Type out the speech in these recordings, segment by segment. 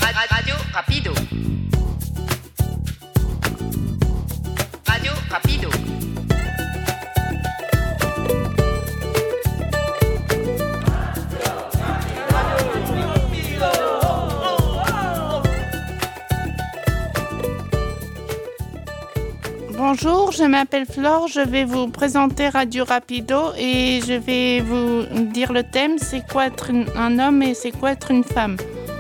Radio Rapido. Radio Rapido. Bonjour, je m'appelle Flore, je vais vous présenter Radio Rapido et je vais vous dire le thème, c'est quoi être un homme et c'est quoi être une femme.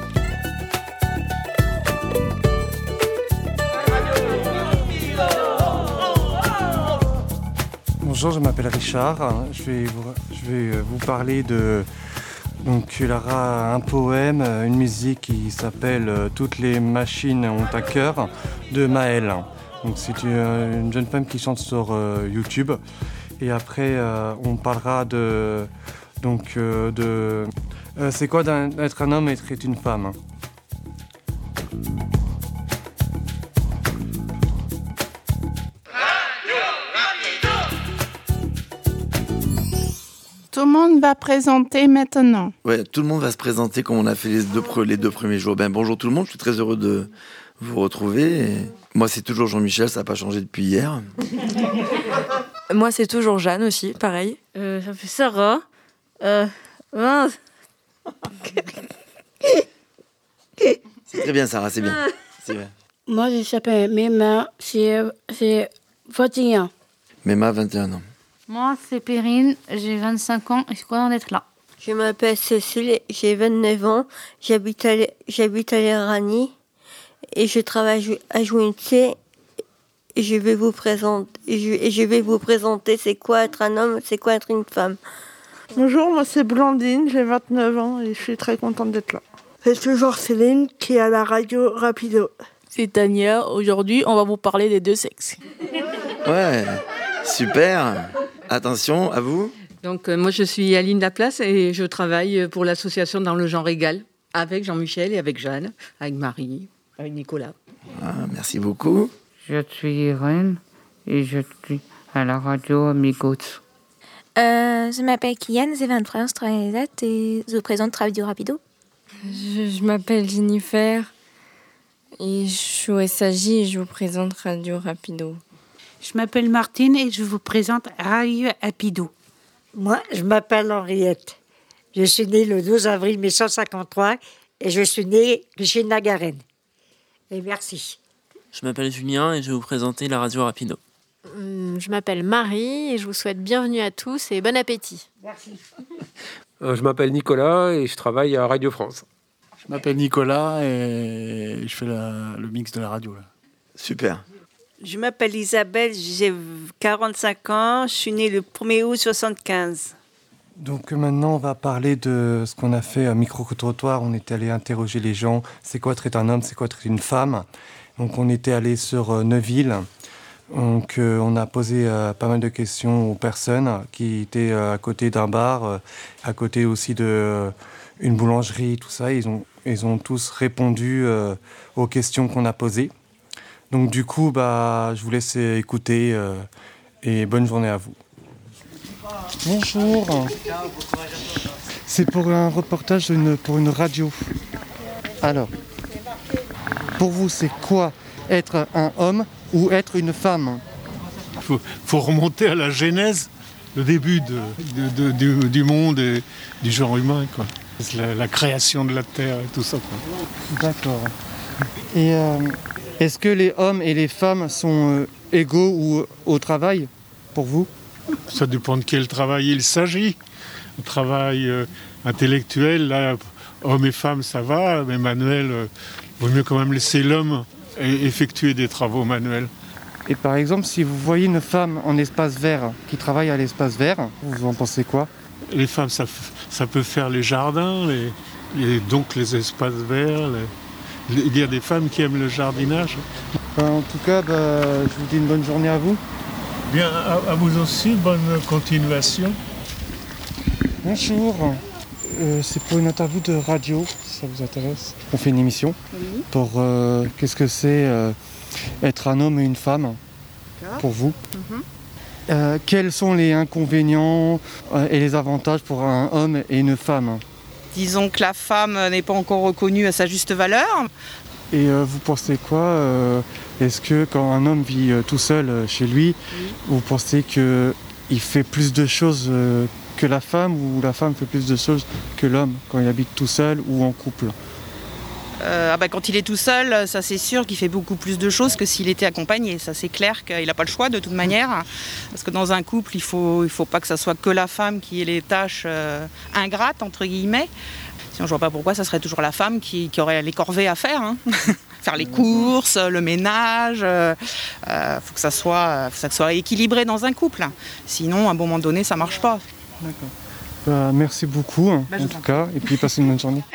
Bonjour, je m'appelle Richard, je vais vous parler de... Donc il y aura un poème, une musique qui s'appelle « Toutes les machines ont un cœur » de Maëlle. Donc c'est une jeune femme qui chante sur YouTube. Et après, on parlera de c'est quoi d'être un homme et être une femme. Tout le monde va présenter maintenant. Ouais, tout le monde va se présenter comme on a fait les deux premiers jours. Bonjour tout le monde, je suis très heureux de vous retrouver. Et moi, c'est toujours Jean-Michel, ça n'a pas changé depuis hier. Moi, c'est toujours Jeanne aussi, pareil. Ça fait Sarah. Mince. C'est très bien, Sarah, c'est bien. C'est bien. Moi, je m'appelle Mema, c'est 21 ans. Mema, 21 ans. Moi, c'est Perrine, j'ai 25 ans et je suis contente d'être là. Je m'appelle Cécile, j'ai 29 ans, j'habite à l'Iranie et je travaille à Jouinté et je vais vous présenter c'est quoi être un homme, c'est quoi être une femme. Bonjour, moi c'est Blandine, j'ai 29 ans et je suis très contente d'être là. C'est toujours Céline qui est à la radio Rapido. C'est Tania, aujourd'hui on va vous parler des deux sexes. Ouais, super. Attention, à vous. Donc moi je suis Aline Laplace et je travaille pour l'association Dans le genre égal avec Jean-Michel et avec Jeanne, avec Marie, avec Nicolas. Ah, merci beaucoup. Je suis Irène et je suis à la radio Amigos. Je m'appelle Kylian, j'ai 23 ans, je travaille à l'ESAT et je vous présente Radio Rapido. Je m'appelle Jennifer et je suis au SAJ et je vous présente Radio Rapido. Je m'appelle Martine et je vous présente Radio Rapido. Moi, je m'appelle Henriette. Je suis née le 12 avril 1953 et je suis née chez Nagarenne. Et merci. Je m'appelle Julien et je vais vous présenter la radio Rapido. Je m'appelle Marie et je vous souhaite bienvenue à tous et bon appétit. Merci. Je m'appelle Nicolas et je travaille à Radio France. Je m'appelle Nicolas et je fais le mix de la radio. Là. Super. Je m'appelle Isabelle, j'ai 45 ans, je suis née le 1er août 75. Donc maintenant, on va parler de ce qu'on a fait à Micro-Trottoir. On était allé interroger les gens. C'est quoi être un homme, c'est quoi être une femme. Donc on était allé sur Neuville. Donc on a posé pas mal de questions aux personnes qui étaient à côté d'un bar, à côté aussi d'une boulangerie, tout ça. Ils ont tous répondu aux questions qu'on a posées. Donc du coup, je vous laisse écouter et bonne journée à vous. Bonjour. C'est pour un reportage pour une radio. Alors, pour vous, c'est quoi être un homme ou être une femme ? Faut remonter à la genèse, le début du monde et du genre humain, quoi. La création de la Terre et tout ça, quoi. D'accord. Et est-ce que les hommes et les femmes sont égaux ou au travail, pour vous ? Ça dépend de quel travail il s'agit. Le travail intellectuel, là, hommes et femmes, ça va, mais manuel, vaut mieux quand même laisser l'homme effectuer des travaux manuels. Et par exemple, si vous voyez une femme en espace vert qui travaille à l'espace vert, vous en pensez quoi ? Les femmes, ça peut faire les jardins, donc les espaces verts. Il y a des femmes qui aiment le jardinage. En tout cas, je vous dis une bonne journée à vous. Bien, à vous aussi, bonne continuation. Bonjour, c'est pour une interview de radio, si ça vous intéresse. On fait une émission pour qu'est-ce que c'est être un homme et une femme, pour vous. Quels sont les inconvénients et les avantages pour un homme et une femme ? Disons que la femme n'est pas encore reconnue à sa juste valeur. Et vous pensez quoi Est-ce que quand un homme vit tout seul chez lui, vous pensez qu'il fait plus de choses que la femme ou la femme fait plus de choses que l'homme quand il habite tout seul ou en couple? Quand il est tout seul, ça c'est sûr qu'il fait beaucoup plus de choses que s'il était accompagné. Ça c'est clair qu'il n'a pas le choix de toute manière. Parce que dans un couple, il faut pas que ça soit que la femme qui ait les tâches ingrates, entre guillemets. Sinon, je vois pas pourquoi ça serait toujours la femme qui aurait les corvées à faire. Hein. Faire les courses, le ménage. Faut que ça soit équilibré dans un couple. Sinon, à un moment donné, ça marche pas. D'accord. Merci beaucoup, en tout cas. Et puis, passez une bonne journée.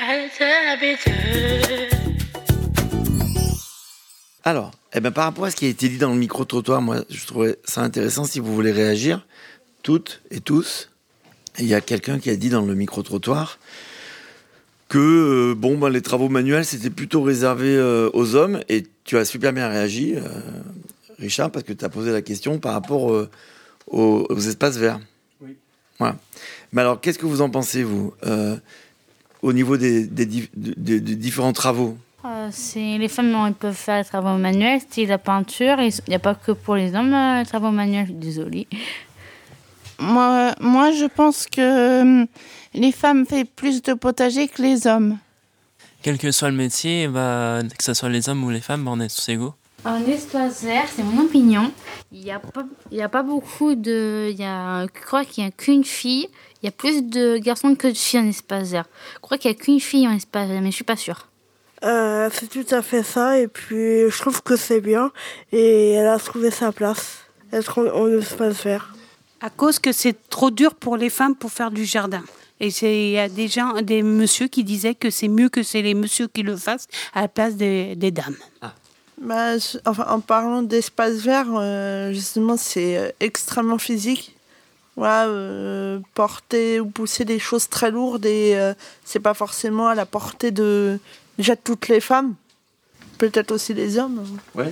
Alors, par rapport à ce qui a été dit dans le micro-trottoir, moi, je trouvais ça intéressant si vous voulez réagir, toutes et tous. Et il y a quelqu'un qui a dit dans le micro-trottoir que les travaux manuels, c'était plutôt réservé aux hommes. Et tu as super bien réagi, Richard, parce que tu as posé la question par rapport aux espaces verts. Oui. Voilà. Mais alors, qu'est-ce que vous en pensez, vous, au niveau des différents travaux? Les femmes elles peuvent faire les travaux manuels, style la peinture. Il n'y a pas que pour les hommes les travaux manuels, désolée. Moi, je pense que les femmes font plus de potager que les hommes. Quel que soit le métier, que ce soit les hommes ou les femmes, on est tous égaux. En espace vert, c'est mon opinion. Il y a pas beaucoup de... Je crois qu'il n'y a qu'une fille. Il y a plus de garçons que de filles en espace vert. Je crois qu'il n'y a qu'une fille en espace vert, mais je ne suis pas sûre. C'est tout à fait ça, et puis je trouve que c'est bien, et elle a trouvé sa place, être en espace vert. À cause que c'est trop dur pour les femmes pour faire du jardin. Et il y a des messieurs qui disaient que c'est mieux que c'est les messieurs qui le fassent à la place des dames. Ah. En parlant d'espace vert, justement, c'est extrêmement physique. Porter ou pousser des choses très lourdes, et c'est pas forcément à la portée de toutes les femmes. Peut-être aussi les hommes. Ouais.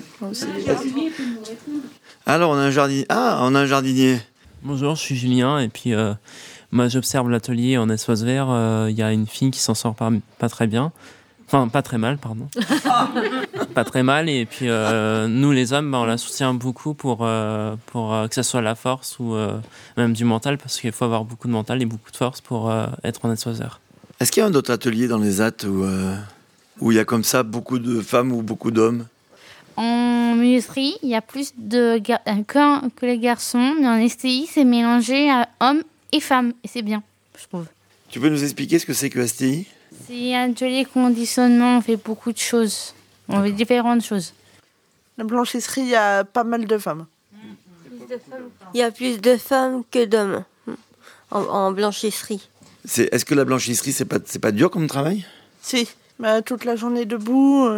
Alors, on a un jardinier. Bonjour, je suis Julien, et puis moi j'observe l'atelier en espace vert. Il y a une fille qui s'en sort pas très bien. Enfin, pas très mal, pardon. Pas très mal, et puis nous les hommes, on la soutient beaucoup pour que ça soit la force ou même du mental, parce qu'il faut avoir beaucoup de mental et beaucoup de force pour être en espace vert. Est-ce qu'il y a d'autres ateliers dans les AT où il y a comme ça beaucoup de femmes ou beaucoup d'hommes? En menuiserie, il y a plus que les garçons, mais en STI, c'est mélangé à hommes et femmes, et c'est bien, je trouve. Tu peux nous expliquer ce que c'est que STI? C'est un atelier conditionnement, on fait beaucoup de choses, on fait différentes choses. La blanchisserie, il y a pas mal de femmes. Il y a plus de femmes que d'hommes en blanchisserie. Est-ce que la blanchisserie, c'est pas dur comme travail? Si, toute la journée debout.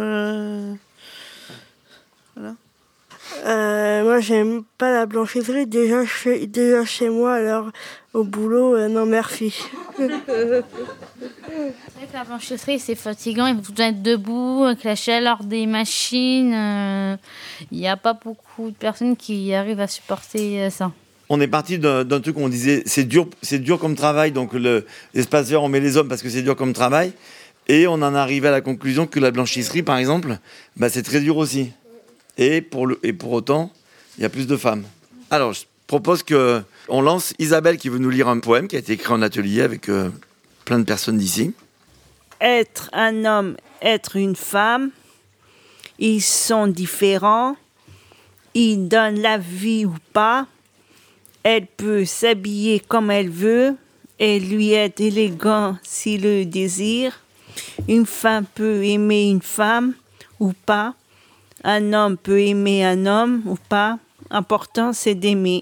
Voilà. Moi, j'aime pas la blanchisserie. Déjà chez moi, alors au boulot, non merci. C'est vrai que la blanchisserie, c'est fatigant. Il faut tout le temps être debout, avec la chaleur des machines. Il n'y a pas beaucoup de personnes qui arrivent à supporter ça. On est parti d'un truc où on disait c'est dur comme travail, donc l'espace vert, on met les hommes parce que c'est dur comme travail. Et on en est arrivé à la conclusion que la blanchisserie, par exemple, c'est très dur aussi. Et pour autant, il y a plus de femmes. Alors, je propose qu'on lance Isabelle qui veut nous lire un poème qui a été écrit en atelier avec plein de personnes d'ici. Être un homme, être une femme, ils sont différents. Ils donnent la vie ou pas. Elle peut s'habiller comme elle veut et lui être élégant s'il le désire. Une femme peut aimer une femme ou pas. Un homme peut aimer un homme ou pas. Important, c'est d'aimer.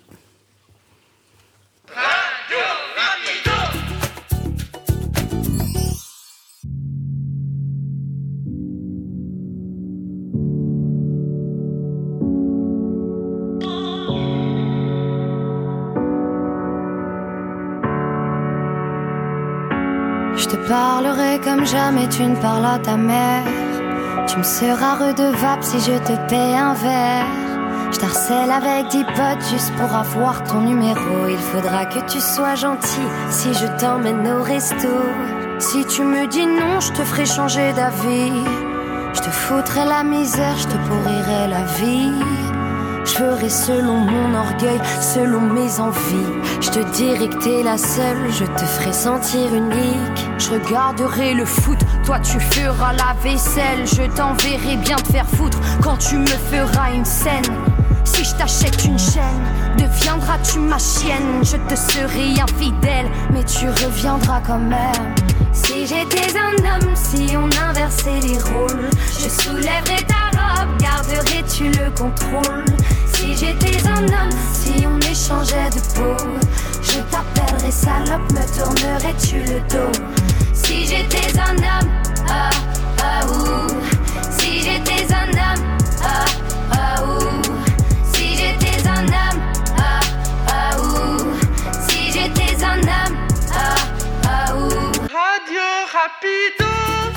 Je te parlerai comme jamais tu ne parles à ta mère. Tu me seras redevable si je te paie un verre. Je t'harcèle avec 10 potes juste pour avoir ton numéro. Il faudra que tu sois gentil si je t'emmène au resto. Si tu me dis non, je te ferai changer d'avis. Je te foutrai la misère, je te pourrirai la vie. Je ferai selon mon orgueil, selon mes envies. Je te dirai que t'es la seule, je te ferai sentir unique. Je regarderai le foot, toi tu feras la vaisselle. Je t'enverrai bien te faire foutre quand tu me feras une scène. Si je t'achète une chaîne, deviendras-tu ma chienne? Je te serai infidèle, mais tu reviendras quand même. Si j'étais un homme, si on inversait les rôles, je soulèverais ta robe, garderais-tu le contrôle? Si j'étais un homme, si on échangeait de peau, je t'appellerais salope, me tournerais-tu le dos? Si j'étais un homme, ah, ah, ouh. Si j'étais un homme, ah, ah, ouh. Si j'étais un homme, ah, ah, ouh. Si j'étais un homme, ah, ah, ouh. Radio Rapido.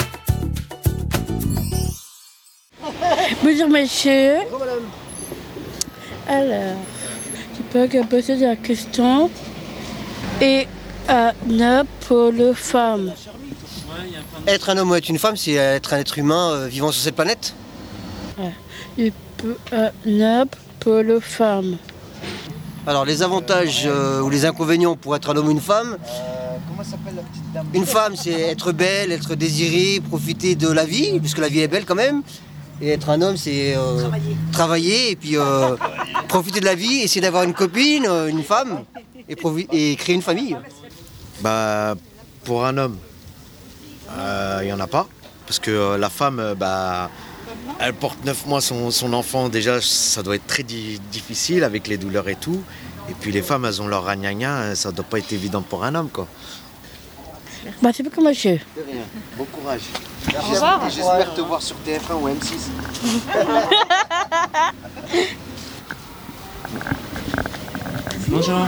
Bonjour monsieur. Bonjour madame. Alors, je peux poser la question. Et un homme pour les femmes. Être un homme ou être une femme, c'est être un être humain vivant sur cette planète. Et un homme pour les femmes. Alors les avantages ou les inconvénients pour être un homme ou une femme. Comment s'appelle la petite dame? Une femme, c'est être belle, être désirée, profiter de la vie, puisque la vie est belle quand même. Et être un homme, c'est travailler et puis profiter de la vie, essayer d'avoir une copine, une femme, et créer une famille. Bah, pour un homme, il n'y en a pas. Parce que la femme, elle porte 9 mois son enfant. Déjà, ça doit être très difficile avec les douleurs et tout. Et puis les femmes, elles ont leur ragnagna, ça doit pas être évident pour un homme, quoi. Merci beaucoup, monsieur. De rien. Bon courage. Au revoir. Et j'espère te voir sur TF1 ou M6. Bonjour.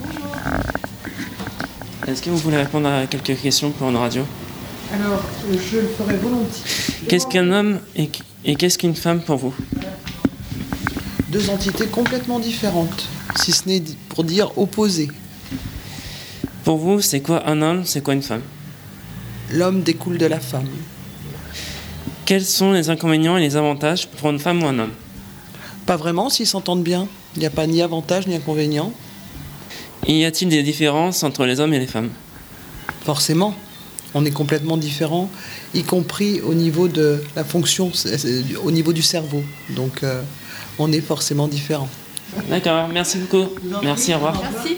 Est-ce que vous voulez répondre à quelques questions pour nos radios? Alors, je le ferai volontiers. Qu'est-ce qu'un homme et qu'est-ce qu'une femme pour vous? Deux entités complètement différentes, si ce n'est pour dire opposées. Pour vous, c'est quoi un homme, c'est quoi une femme? L'homme découle de la femme. Quels sont les inconvénients et les avantages pour une femme ou un homme? Pas vraiment, s'ils s'entendent bien. Il n'y a pas ni avantage ni inconvénient. Et y a-t-il des différences entre les hommes et les femmes? Forcément. On est complètement différents, y compris au niveau de la fonction, au niveau du cerveau. Donc, on est forcément différents. D'accord, merci beaucoup. Merci, au revoir. Merci.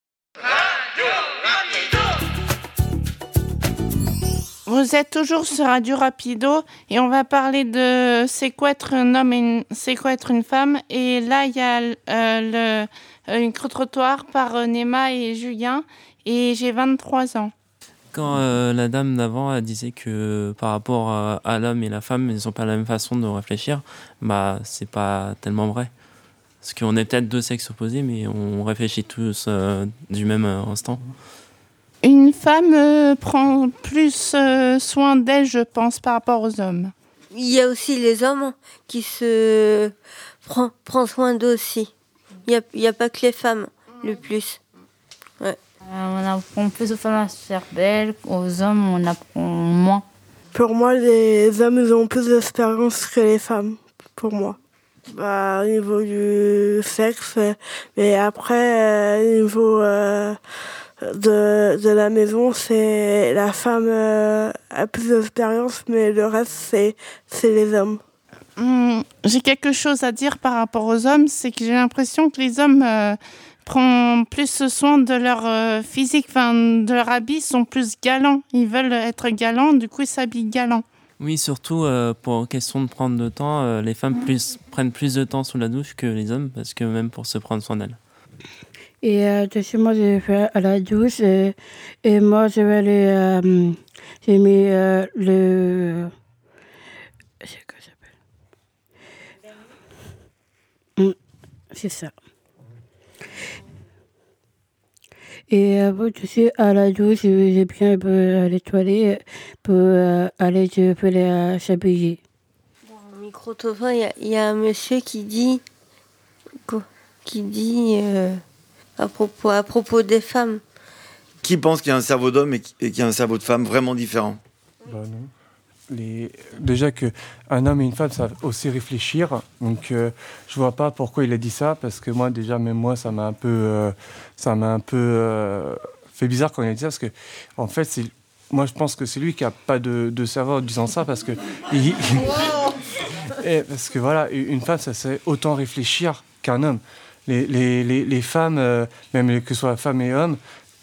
Vous êtes toujours sur Radio Rapido et on va parler de c'est quoi être un homme et c'est quoi être une femme. Et là, il y a un micro-trottoir par Néma et Julien et j'ai 23 ans. Quand la dame d'avant elle disait que par rapport à l'homme et la femme, ils n'ont pas la même façon de réfléchir, bah c'est pas tellement vrai. Parce qu'on est peut-être deux sexes opposés, mais on réfléchit tous du même instant. Une femme prend plus soin d'elle, je pense, par rapport aux hommes. Il y a aussi les hommes qui se prennent soin d'eux aussi. Il n'y a pas que les femmes, le plus. Ouais. On apprend plus aux femmes à se faire belle, aux hommes on apprend moins. Pour moi, les hommes ils ont plus d'expérience que les femmes, pour moi. Au niveau du sexe, mais après, au niveau de la maison, c'est la femme a plus d'expérience, mais le reste, c'est les hommes. J'ai quelque chose à dire par rapport aux hommes, c'est que j'ai l'impression que les hommes prennent plus soin de leur physique, de leur habit, ils sont plus galants. Ils veulent être galants, du coup ils s'habillent galants. Oui, surtout pour question de prendre de temps, les femmes prennent plus de temps sous la douche que les hommes, parce que même pour se prendre soin d'elles. Et chez moi, j'ai fait à la douche et moi, je vais aller. J'ai mis le. C'est quoi ça s'appelle? C'est ça. Et je suis à la douche, j'ai bien les toilettes pour aller, je peux aller s'habiller. Dans le micro-trottoir, il y a un monsieur qui dit à propos des femmes, Qui pense qu'il y a un cerveau d'homme et qu'il y a un cerveau de femme vraiment différent? Bah non. Déjà qu'un homme et une femme savent aussi réfléchir, donc je vois pas pourquoi il a dit ça, parce que moi déjà, même moi, ça m'a un peu fait bizarre quand il a dit ça, parce que en fait, moi je pense que c'est lui qui a pas de cerveau en disant ça, parce que parce que voilà, une femme, ça sait autant réfléchir qu'un homme. Les femmes, même que ce soit femme et homme,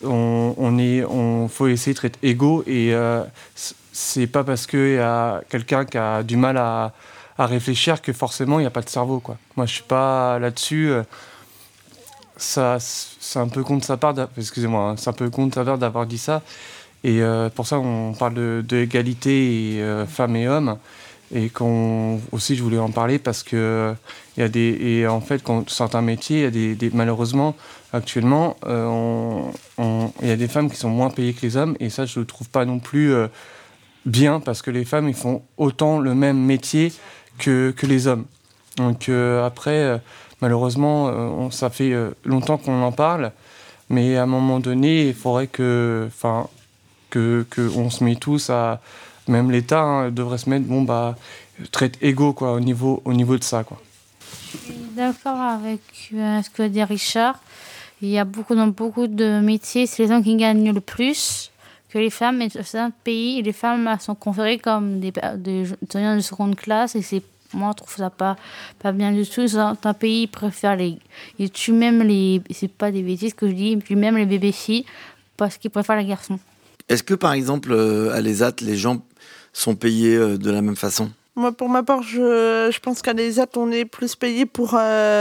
faut essayer d'être égaux, et c'est pas parce qu'il y a quelqu'un qui a du mal à réfléchir que forcément il n'y a pas de cerveau, quoi. Moi je suis pas là-dessus. Ça, c'est un peu contre sa part, excusez-moi, hein, c'est un peu contre sa part d'avoir dit ça, et pour ça on parle d'égalité et femmes et hommes, et aussi je voulais en parler parce que et en fait quand certains métiers, il y a malheureusement actuellement il y a des femmes qui sont moins payées que les hommes, et ça je le trouve pas non plus bien, parce que les femmes ils font autant le même métier que les hommes. Donc après malheureusement ça fait longtemps qu'on en parle, mais à un moment donné il faudrait que on se met tous à, même l'État devrait se mettre traite égaux, quoi, au niveau de ça, quoi. Je suis d'accord avec ce que dit Richard. Il y a dans beaucoup de métiers, c'est les hommes qui gagnent le plus que les femmes, et dans certains pays, les femmes sont considérées comme des citoyens de seconde classe, et moi je trouve ça pas bien du tout. Dans un pays, ils préfèrent ils tuent même c'est pas des bêtises que je dis, ils tuent même les bébés filles parce qu'ils préfèrent les garçons. Est-ce que par exemple à l'ESAT, les gens sont payés de la même façon? Moi, pour ma part, je pense qu'à l'ESAT, on est plus payé par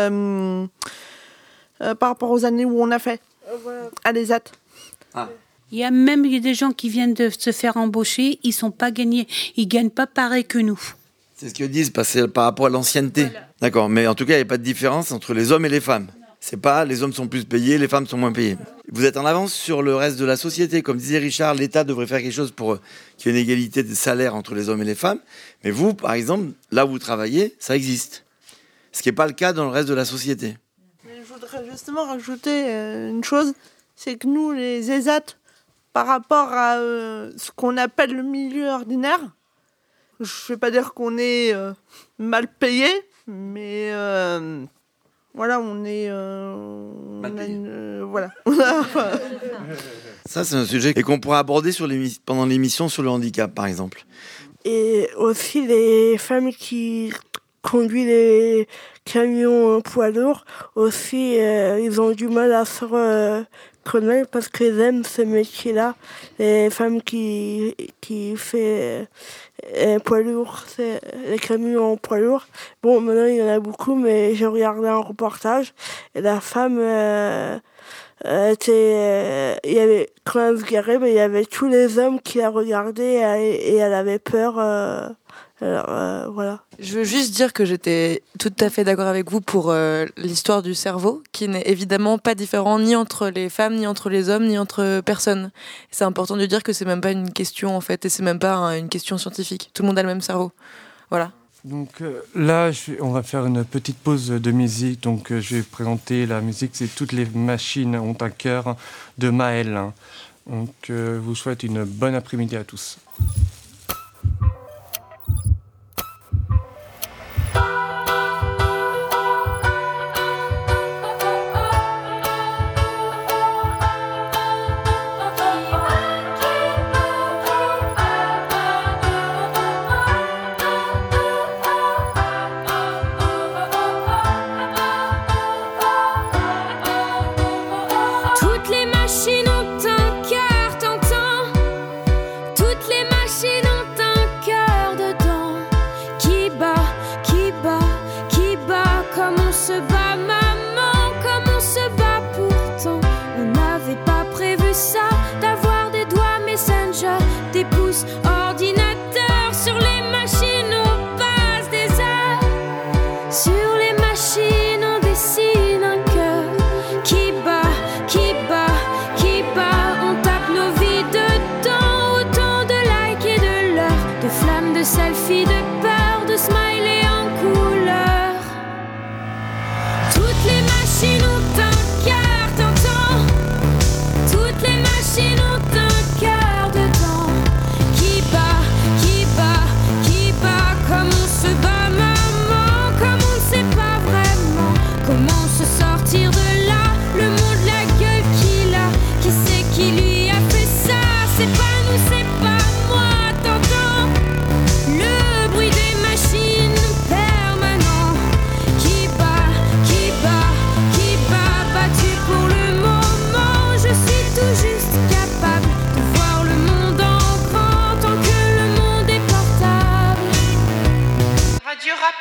rapport aux années où on a fait à l'ESAT. Ah. Il y a des gens qui viennent de se faire embaucher, ils gagnent pas pareil que nous. C'est ce qu'ils disent, par rapport à l'ancienneté. Voilà. D'accord, mais en tout cas, il n'y a pas de différence entre les hommes et les femmes. C'est pas les hommes sont plus payés, les femmes sont moins payées. Vous êtes en avance sur le reste de la société. Comme disait Richard, l'État devrait faire quelque chose pour qu'il y ait une égalité de salaire entre les hommes et les femmes. Mais vous, par exemple, là où vous travaillez, ça existe. Ce qui n'est pas le cas dans le reste de la société. Mais je voudrais justement rajouter une chose, c'est que nous, les ESAT, par rapport à ce qu'on appelle le milieu ordinaire, je ne vais pas dire qu'on est mal payé, mais... voilà, on est... voilà. Ça, c'est un sujet et qu'on pourra aborder pendant l'émission sur le handicap, par exemple. Et aussi les femmes qui conduisent les camions poids lourds, aussi, ils ont du mal à se reconnaître parce qu'ils aiment ce métier-là. Les femmes qui font poids lourd, c'est les camions poids lourd. Bon, maintenant il y en a beaucoup, mais j'ai regardé un reportage et la femme il y avait, quand elle se garait, il y avait tous les hommes qui la regardaient et elle avait peur. Voilà. Je veux juste dire que j'étais tout à fait d'accord avec vous pour l'histoire du cerveau, qui n'est évidemment pas différent ni entre les femmes, ni entre les hommes, ni entre personnes. C'est important de dire que c'est même pas une question en fait, et c'est même pas une question scientifique. Tout le monde a le même cerveau. Voilà. Donc là, on va faire une petite pause de musique. Donc je vais présenter la musique, c'est Toutes les machines ont un cœur de Maël. Donc je vous souhaite une bonne après-midi à tous. Selfie de peur, de smiley en couleur. Toutes les machines ont un cœur, t'entends? Toutes les machines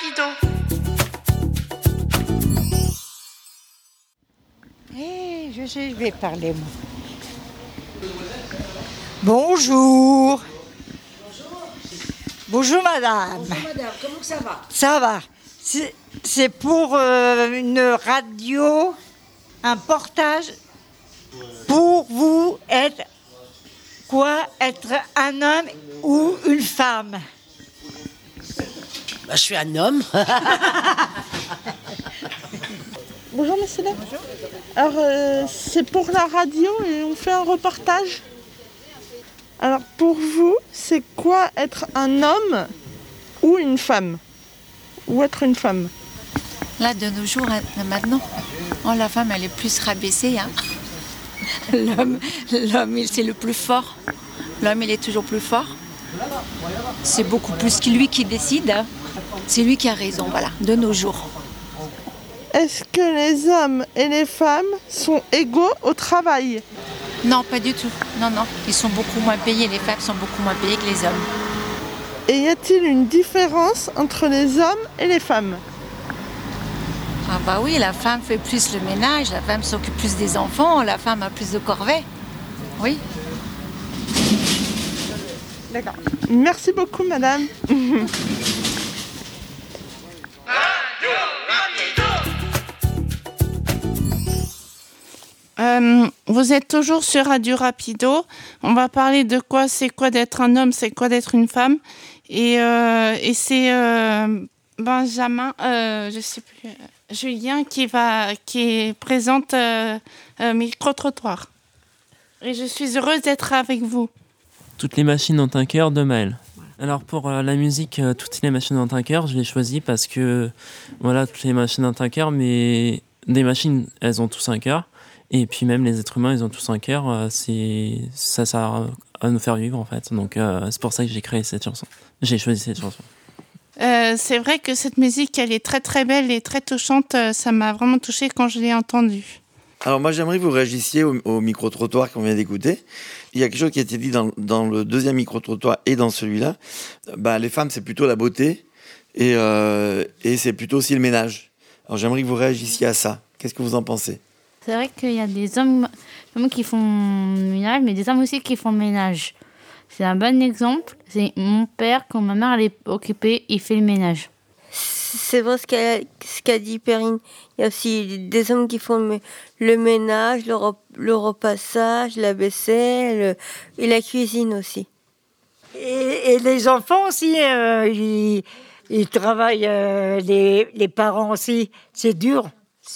Rapido. Je vais parler, moi. Bonjour. Bonjour, madame. Bonjour, madame. Comment ça va? Ça va. C'est pour une radio, un portage pour vous être un homme ou une femme? Je suis un homme. Bonjour, messieurs. Bonjour. Alors, c'est pour la radio et on fait un reportage. Alors, pour vous, c'est quoi être un homme ou une femme? Ou être une femme? Là, de nos jours, maintenant, la femme, elle est plus rabaissée. Hein. L'homme, c'est le plus fort. L'homme, il est toujours plus fort. C'est beaucoup plus lui qui décide. Hein. C'est lui qui a raison, voilà, de nos jours. Est-ce que les hommes et les femmes sont égaux au travail? Non, pas du tout. Non. Ils sont beaucoup moins payés. Les femmes sont beaucoup moins payées que les hommes. Et y a-t-il une différence entre les hommes et les femmes? Ah bah oui, la femme fait plus le ménage, la femme s'occupe plus des enfants, la femme a plus de corvées. Oui. D'accord. Merci beaucoup, madame. Vous êtes toujours sur Radio Rapido. On va parler de c'est quoi d'être un homme, c'est quoi d'être une femme. Et c'est Benjamin, je sais plus, Julien qui présente Micro-trottoir. Et je suis heureuse d'être avec vous. Toutes les machines ont un cœur de Maël. Alors pour la musique, toutes les machines ont un cœur, je l'ai choisi parce que voilà, toutes les machines ont un cœur, mais des machines, elles ont tous un cœur. Et puis même les êtres humains, ils ont tous un cœur. Ça sert à nous faire vivre en fait. Donc c'est pour ça que j'ai créé cette chanson. J'ai choisi cette chanson. C'est vrai que cette musique, elle est très très belle et très touchante. Ça m'a vraiment touchée quand je l'ai entendue. Alors moi j'aimerais que vous réagissiez au micro-trottoir qu'on vient d'écouter. Il y a quelque chose qui a été dit dans le deuxième micro-trottoir et dans celui-là. Les femmes, c'est plutôt la beauté et c'est plutôt aussi le ménage. Alors j'aimerais que vous réagissiez à ça. Qu'est-ce que vous en pensez? C'est vrai qu'il y a des hommes qui font le ménage, mais des hommes aussi qui font le ménage. C'est un bon exemple. C'est mon père, quand ma mère elle est occupée, il fait le ménage. C'est vrai ce qu'a dit Perrine. Il y a aussi des hommes qui font le ménage, le repassage, la vaisselle et la cuisine aussi. Et les enfants aussi, ils travaillent, les parents aussi. C'est dur.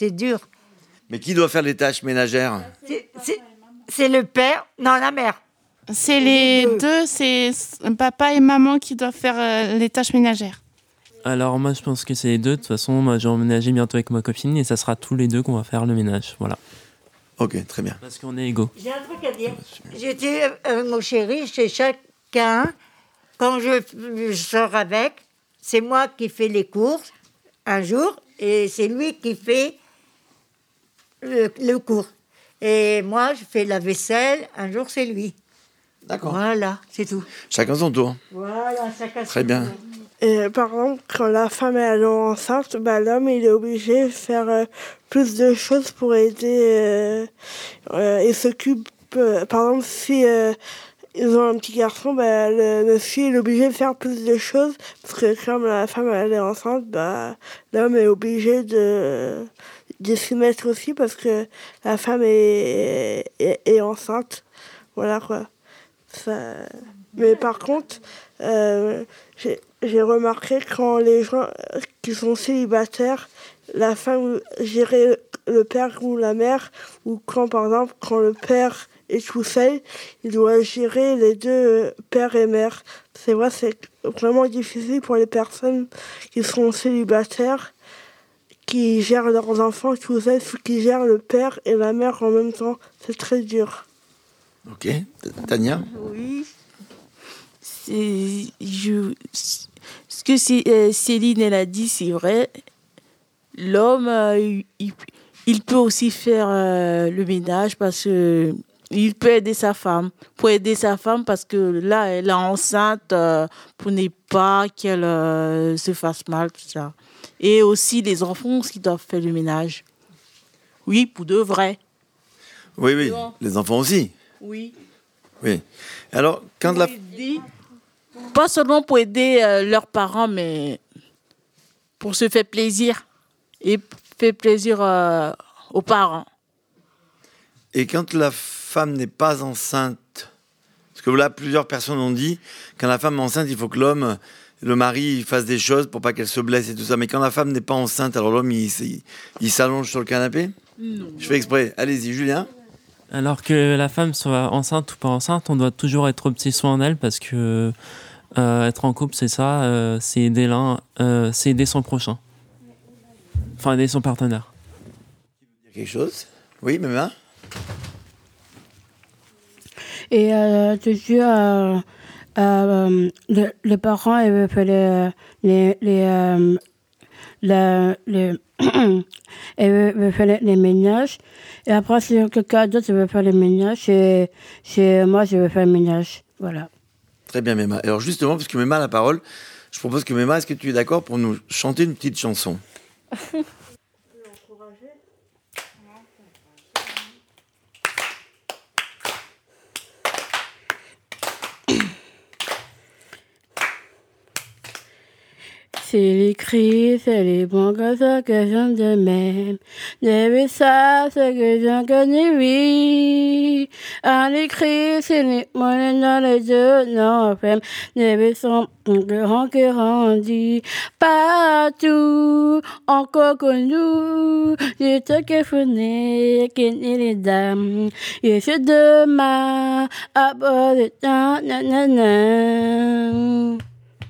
Mais qui doit faire les tâches ménagères? C'est le père, non, la mère. C'est les deux, c'est papa et maman qui doivent faire les tâches ménagères. Alors moi je pense que c'est les deux. De toute façon, moi j'ai emménagé bientôt avec ma copine et ça sera tous les deux qu'on va faire le ménage. Voilà. Ok, très bien. Parce qu'on est égaux. J'ai un truc à dire. J'étais avec mon chéri, chez chacun. Quand je sors avec, c'est moi qui fais les courses un jour et c'est lui qui fait le cours. Et moi, je fais la vaisselle, un jour c'est lui. D'accord. Voilà, c'est tout. Chacun son tour. Voilà, chacun son tour. Très bien. Et par exemple, quand la femme elle est enceinte, l'homme il est obligé de faire plus de choses pour aider. Il s'occupe, par exemple, si ils ont un petit garçon, le monsieur il est obligé de faire plus de choses parce que comme la femme elle est enceinte, l'homme est obligé de s'y mettre aussi parce que la femme est enceinte. Voilà quoi. Mais par contre, j'ai remarqué quand les gens qui sont célibataires, la femme gérer le père ou la mère, ou quand par exemple quand le père est tout seul, il doit gérer les deux père et mère. C'est vrai, c'est vraiment difficile pour les personnes qui sont célibataires, qui gèrent leurs enfants tout seuls, qui gèrent le père et la mère en même temps. C'est très dur. Ok. Tania? Oui. Ce que Céline elle a dit, c'est vrai. L'homme, il peut aussi faire le ménage parce que il peut aider sa femme. Pour aider sa femme parce que là, elle est enceinte pour ne pas qu'elle se fasse mal, tout ça. Et aussi les enfants qui doivent faire le ménage. Oui, pour de vrai. Oui, oui, les enfants aussi. Oui. Oui. Alors, quand Pas seulement pour aider leurs parents, mais pour se faire plaisir. Et faire plaisir aux parents. Et quand la femme n'est pas enceinte, parce que là, plusieurs personnes ont dit, quand la femme est enceinte, il faut que l'homme, le mari, fasse des choses pour pas qu'elle se blesse et tout ça. Mais quand la femme n'est pas enceinte, alors l'homme, il s'allonge sur le canapé ? Non. Je fais exprès. Allez-y, Julien. Alors que la femme soit enceinte ou pas enceinte, on doit toujours être au petit soin d'elle parce que être en couple, c'est ça, c'est aider c'est aider son prochain. Enfin, aider son partenaire. Il y a quelque chose ? Oui, Mema ? Et toujours, les parents, ils veulent faire les ménages. Et après, si quelqu'un d'autre veut faire les ménages, c'est moi, je vais faire le ménage. Voilà. Très bien, Mema. Alors justement, parce que Mema a la parole, je propose que Mema, est-ce que tu es d'accord pour nous chanter une petite chanson ? C'est les cris, c'est les bons comme ça que j'aime de même. Depuis ça, c'est que j'en connais, oui. À l'écrit, c'est les mots dans les yeux, non, femme. Depuis son grand qui grandit partout, encore que nous. J'ai tout qui fourni, qui n'est les dames. Et c'est demain, à bord de temps, nanana.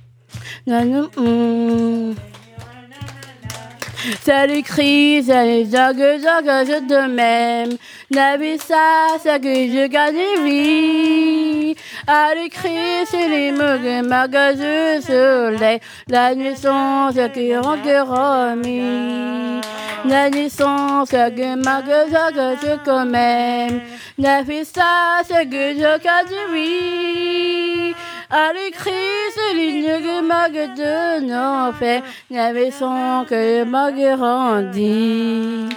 Ça les crie, ça les jogue de même. N'avez ça, c'est que je gagne, oui. À l'écrit, c'est les mots magasins soleil. La naissance, c'est qui rentre remis. La naissance, c'est que magasin que je quand même. N'avez ça, c'est que je gagne, oui. À l'écrit, c'est l'île que mag de l'enfer. N'avait son que mag grandi.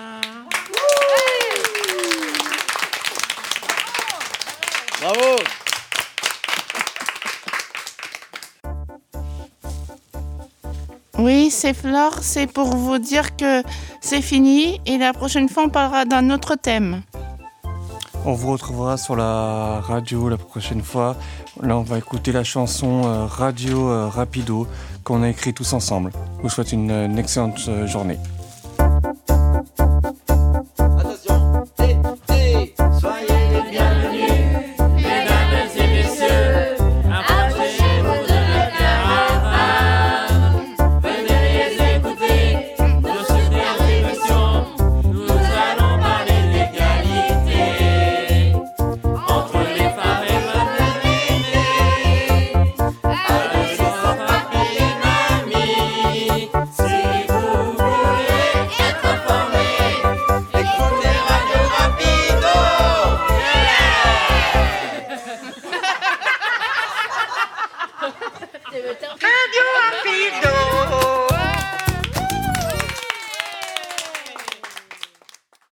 Bravo! Oui, c'est Flore, c'est pour vous dire que c'est fini et la prochaine fois on parlera d'un autre thème. On vous retrouvera sur la radio la prochaine fois. Là, on va écouter la chanson Radio Rapido qu'on a écrite tous ensemble. Je vous souhaite une excellente journée.